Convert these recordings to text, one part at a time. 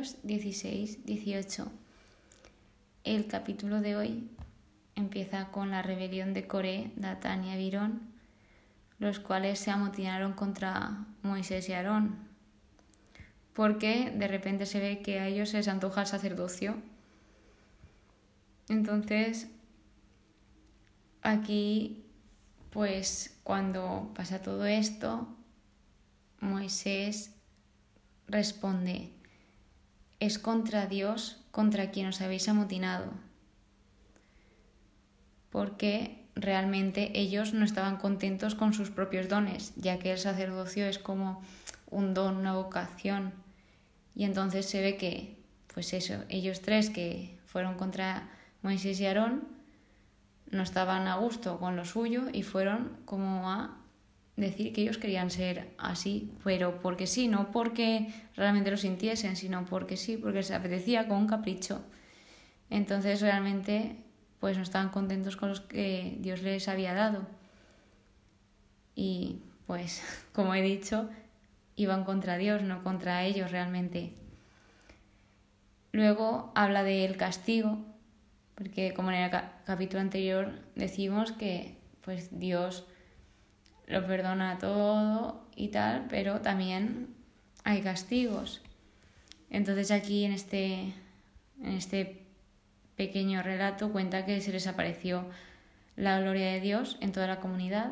Números 16-18. El capítulo de hoy empieza con la rebelión de Coré, Datán y Abirón, los cuales se amotinaron contra Moisés y Aarón, porque de repente se ve que a ellos se les antoja el sacerdocio. Entonces, aquí, pues cuando pasa todo esto, Moisés responde: es contra Dios contra quien os habéis amotinado, porque realmente ellos no estaban contentos con sus propios dones, ya que el sacerdocio es como un don, una vocación. Y entonces se ve que, pues eso, ellos tres que fueron contra Moisés y Aarón no estaban a gusto con lo suyo y fueron como a decir que ellos querían ser así, pero porque sí, no porque realmente lo sintiesen, sino porque sí, porque les apetecía, con un capricho. Entonces realmente pues no estaban contentos con los que Dios les había dado. Y pues, como he dicho, iban contra Dios, no contra ellos realmente. Luego habla del castigo, porque como en el capítulo anterior decimos que pues Dios lo perdona todo y tal, pero también hay castigos. Entonces aquí en este pequeño relato cuenta que se les apareció la gloria de Dios en toda la comunidad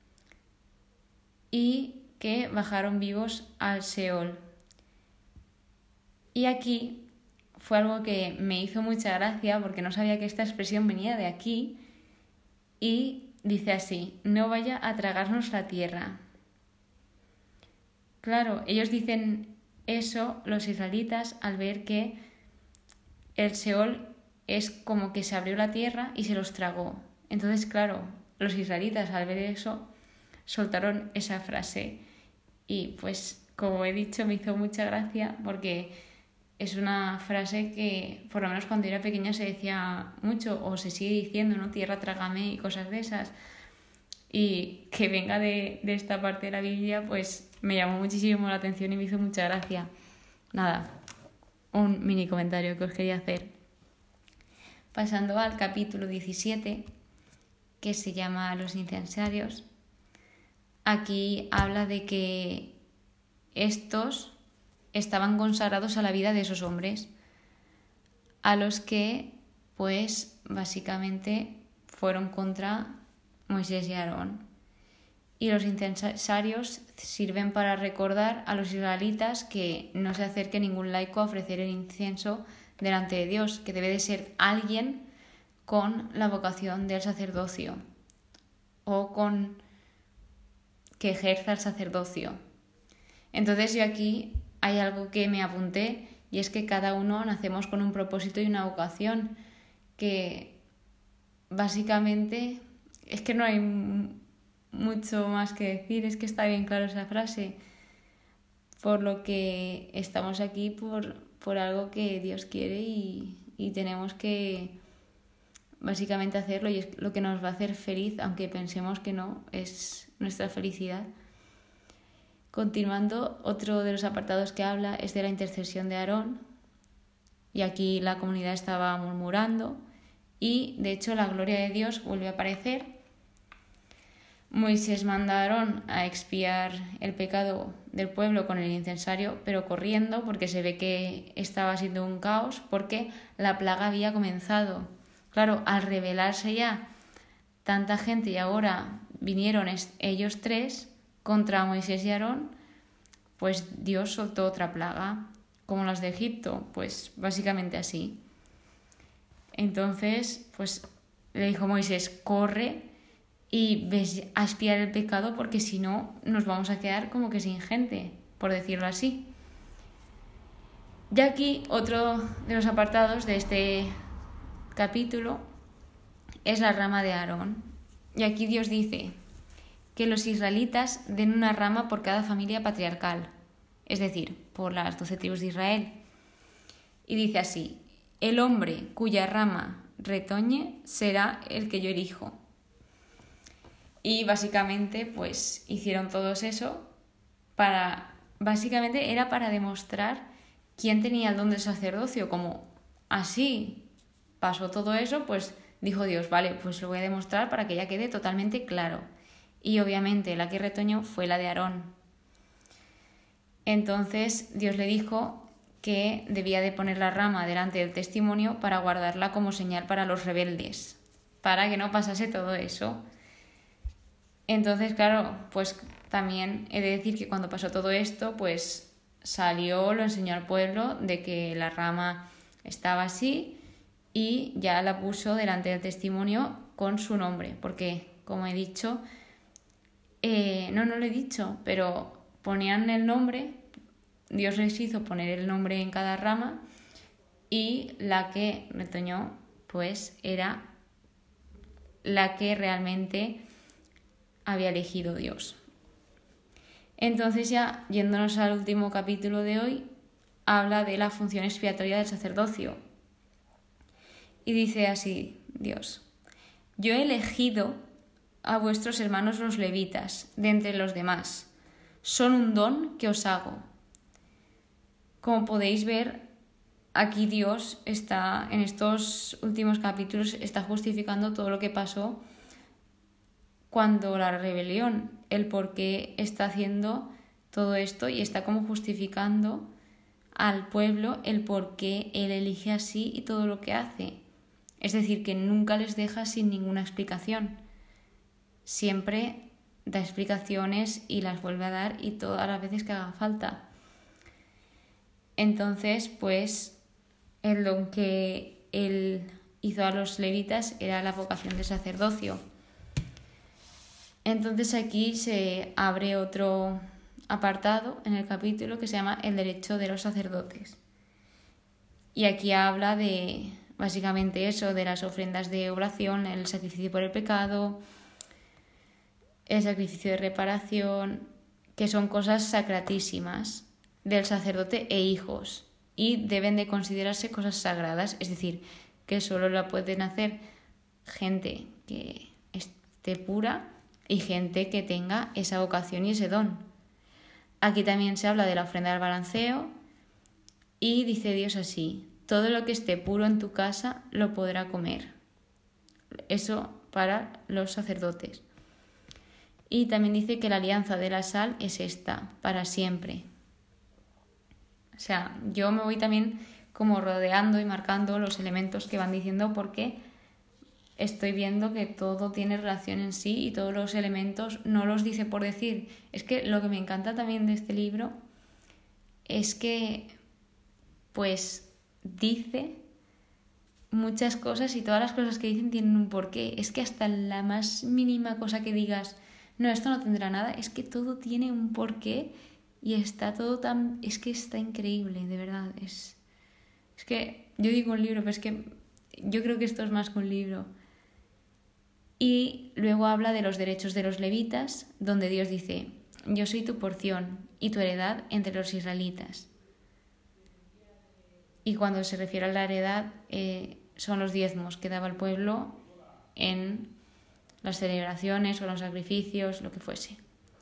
y que bajaron vivos al Seol. Y aquí fue algo que me hizo mucha gracia porque no sabía que esta expresión venía de aquí, y dice así: no vaya a tragarnos la tierra. Claro, ellos dicen eso, los israelitas, al ver que el Seol es como que se abrió la tierra y se los tragó. Entonces, claro, los israelitas al ver eso soltaron esa frase y pues, como he dicho, me hizo mucha gracia porque es una frase que por lo menos cuando era pequeña se decía mucho, o se sigue diciendo, ¿no? Tierra, trágame y cosas de esas. Y que venga de esta parte de la Biblia, pues me llamó muchísimo la atención y me hizo mucha gracia. Nada, un mini comentario que os quería hacer. Pasando al capítulo 17, que se llama Los incensarios, aquí habla de que estos estaban consagrados a la vida de esos hombres, a los que, pues, básicamente fueron contra Moisés y Aarón. Y los incensarios sirven para recordar a los israelitas que no se acerque ningún laico a ofrecer el incienso delante de Dios, que debe de ser alguien con la vocación del sacerdocio o con que ejerza el sacerdocio. Entonces yo aquí hay algo que me apunté, y es que cada uno nacemos con un propósito y una vocación, que básicamente es que no hay mucho más que decir, es que está bien claro esa frase, por lo que estamos aquí por algo que Dios quiere y tenemos que básicamente hacerlo, y es lo que nos va a hacer feliz, aunque pensemos que no es nuestra felicidad. Continuando, otro de los apartados que habla es de la intercesión de Aarón, y aquí la comunidad estaba murmurando y de hecho la gloria de Dios vuelve a aparecer. Moisés manda a Aarón a expiar el pecado del pueblo con el incensario, pero corriendo, porque se ve que estaba siendo un caos, porque la plaga había comenzado. Claro, al rebelarse ya tanta gente y ahora vinieron ellos tres contra Moisés y Aarón, pues Dios soltó otra plaga, como las de Egipto, pues básicamente así. Entonces, pues le dijo Moisés: corre y ves a expiar el pecado, porque si no nos vamos a quedar como que sin gente, por decirlo así. Y aquí otro de los apartados de este capítulo es la rama de Aarón. Y aquí Dios dice que los israelitas den una rama por cada familia patriarcal, es decir, por las 12 tribus de Israel. Y dice así: el hombre cuya rama retoñe será el que yo elijo. Y básicamente pues hicieron todos eso básicamente era para demostrar ¿quién tenía el don del sacerdocio? Como así pasó todo eso, pues dijo Dios, vale, pues lo voy a demostrar para que ya quede totalmente claro. Y obviamente la que retoñó fue la de Aarón. Entonces Dios le dijo que debía de poner la rama delante del testimonio para guardarla como señal para los rebeldes, para que no pasase todo eso. Entonces, claro, pues también he de decir que cuando pasó todo esto, pues salió, lo enseñó al pueblo de que la rama estaba así y ya la puso delante del testimonio con su nombre, porque, como he dicho, no lo he dicho, pero ponían el nombre, Dios les hizo poner el nombre en cada rama y la que retoñó, pues era la que realmente había elegido Dios. Entonces, ya yéndonos al último capítulo de hoy, habla de la función expiatoria del sacerdocio. Y dice así Dios: yo he elegido a vuestros hermanos los levitas de entre los demás. Son un don que os hago. Como podéis ver, aquí Dios está, en estos últimos capítulos, está justificando todo lo que pasó cuando la rebelión, el por qué está haciendo todo esto, y está como justificando al pueblo el por qué él elige así y todo lo que hace. Es decir, que nunca les deja sin ninguna explicación. Siempre da explicaciones y las vuelve a dar, y todas las veces que haga falta. Entonces, pues, el don que él hizo a los levitas era la vocación de sacerdocio. Entonces aquí se abre otro apartado en el capítulo que se llama el derecho de los sacerdotes. Y aquí habla de básicamente eso, de las ofrendas de oblación, el sacrificio por el pecado, el sacrificio de reparación, que son cosas sacratísimas del sacerdote e hijos, y deben de considerarse cosas sagradas, es decir, que solo la pueden hacer gente que esté pura y gente que tenga esa vocación y ese don. Aquí también se habla de la ofrenda del balanceo y dice Dios así: todo lo que esté puro en tu casa lo podrá comer. Eso para los sacerdotes. Y también dice que la alianza de la sal es esta, para siempre. O sea, yo me voy también como rodeando y marcando los elementos que van diciendo, porque estoy viendo que todo tiene relación en sí y todos los elementos no los dice por decir. Es que lo que me encanta también de este libro es que, pues, dice muchas cosas y todas las cosas que dicen tienen un porqué. Es que hasta la más mínima cosa que digas, no, esto no tendrá nada, es que todo tiene un porqué y está todo tan... Es que está increíble, de verdad. Es que yo digo un libro, pero es que yo creo que esto es más que un libro. Y luego habla de los derechos de los levitas, donde Dios dice: yo soy tu porción y tu heredad entre los israelitas. Y cuando se refiere a la heredad, son los diezmos que daba el pueblo en las celebraciones o los sacrificios, lo que fuese.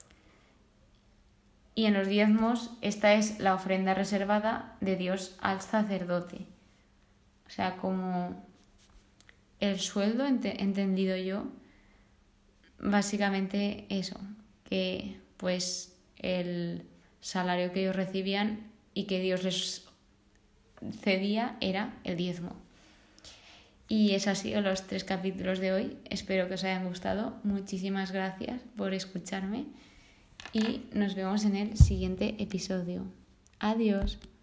Y en los diezmos, esta es la ofrenda reservada de Dios al sacerdote. O sea, como el sueldo, entendido yo, básicamente eso, que pues el salario que ellos recibían y que Dios les cedía era el diezmo. Y esos han sido los 3 capítulos de hoy. Espero que os hayan gustado. Muchísimas gracias por escucharme y nos vemos en el siguiente episodio. Adiós.